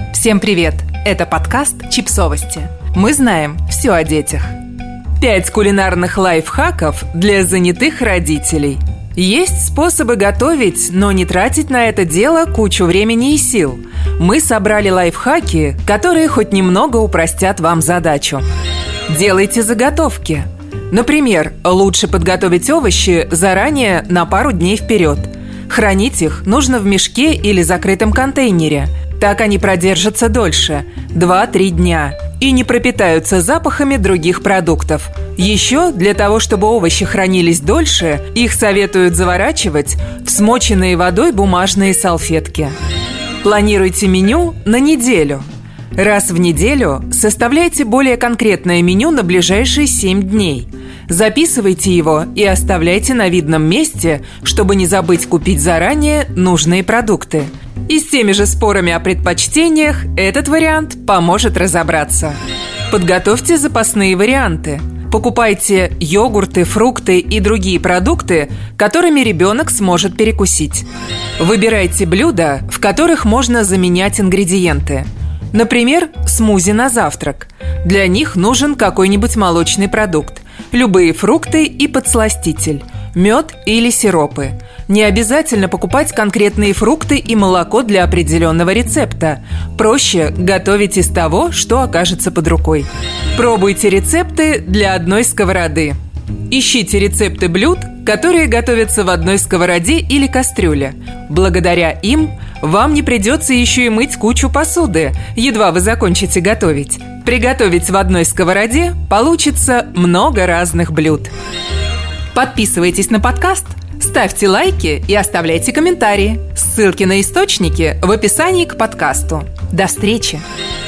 Всем привет! Это подкаст «Чипсовости». Мы знаем все о детях. 5 кулинарных лайфхаков для занятых родителей. Есть способы готовить, но не тратить на это дело кучу времени и сил. Мы собрали лайфхаки, которые хоть немного упростят вам задачу. Делайте заготовки. Например, лучше подготовить овощи заранее на пару дней вперед. Хранить их нужно в мешке или закрытом контейнере. Так они продержатся дольше – 2-3 дня, и не пропитаются запахами других продуктов. Еще для того, чтобы овощи хранились дольше, их советуют заворачивать в смоченные водой бумажные салфетки. Планируйте меню на неделю. Раз в неделю составляйте более конкретное меню на ближайшие 7 дней. Записывайте его и оставляйте на видном месте, чтобы не забыть купить заранее нужные продукты. И с теми же спорами о предпочтениях этот вариант поможет разобраться. Подготовьте запасные варианты. Покупайте йогурты, фрукты и другие продукты, которыми ребенок сможет перекусить. Выбирайте блюда, в которых можно заменять ингредиенты. Например, смузи на завтрак. Для них нужен какой-нибудь молочный продукт, любые фрукты и подсластитель, мед или сиропы. Не обязательно покупать конкретные фрукты и молоко для определенного рецепта. Проще готовить из того, что окажется под рукой. Пробуйте рецепты для одной сковороды. Ищите рецепты блюд, которые готовятся в одной сковороде или кастрюле. Благодаря им вам не придется еще и мыть кучу посуды, едва вы закончите готовить. Приготовить в одной сковороде получится много разных блюд. Подписывайтесь на подкаст, ставьте лайки и оставляйте комментарии. Ссылки на источники в описании к подкасту. До встречи!